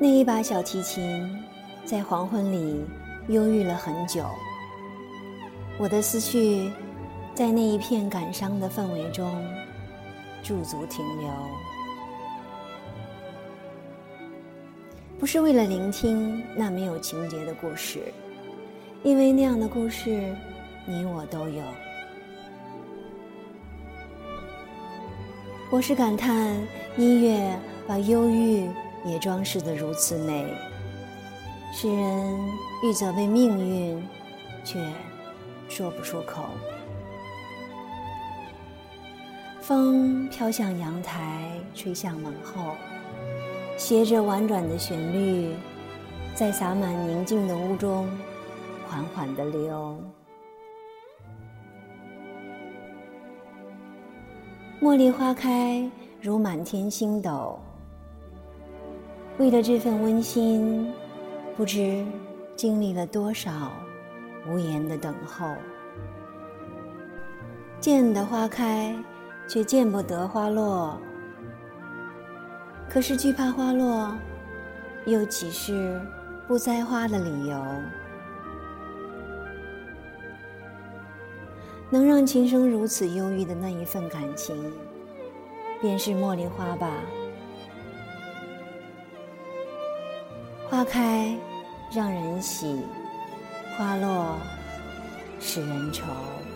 那一把小提琴在黄昏里忧郁了很久，我的思绪在那一片感伤的氛围中驻足停留，不是为了聆听那没有情节的故事，因为那样的故事你我都有。我是感叹音乐把忧郁也装饰得如此美，使人欲责备命运，却说不出口。风飘向阳台，吹向门后，携着婉转的旋律，在洒满宁静的屋中缓缓地流。茉莉花开如满天星斗，为了这份温馨，不知经历了多少无言的等候。见得花开，却见不得花落，可是惧怕花落，又岂是不栽花的理由？能让琴声如此忧郁的那一份感情，便是茉莉花吧。花开让人喜，花落使人愁。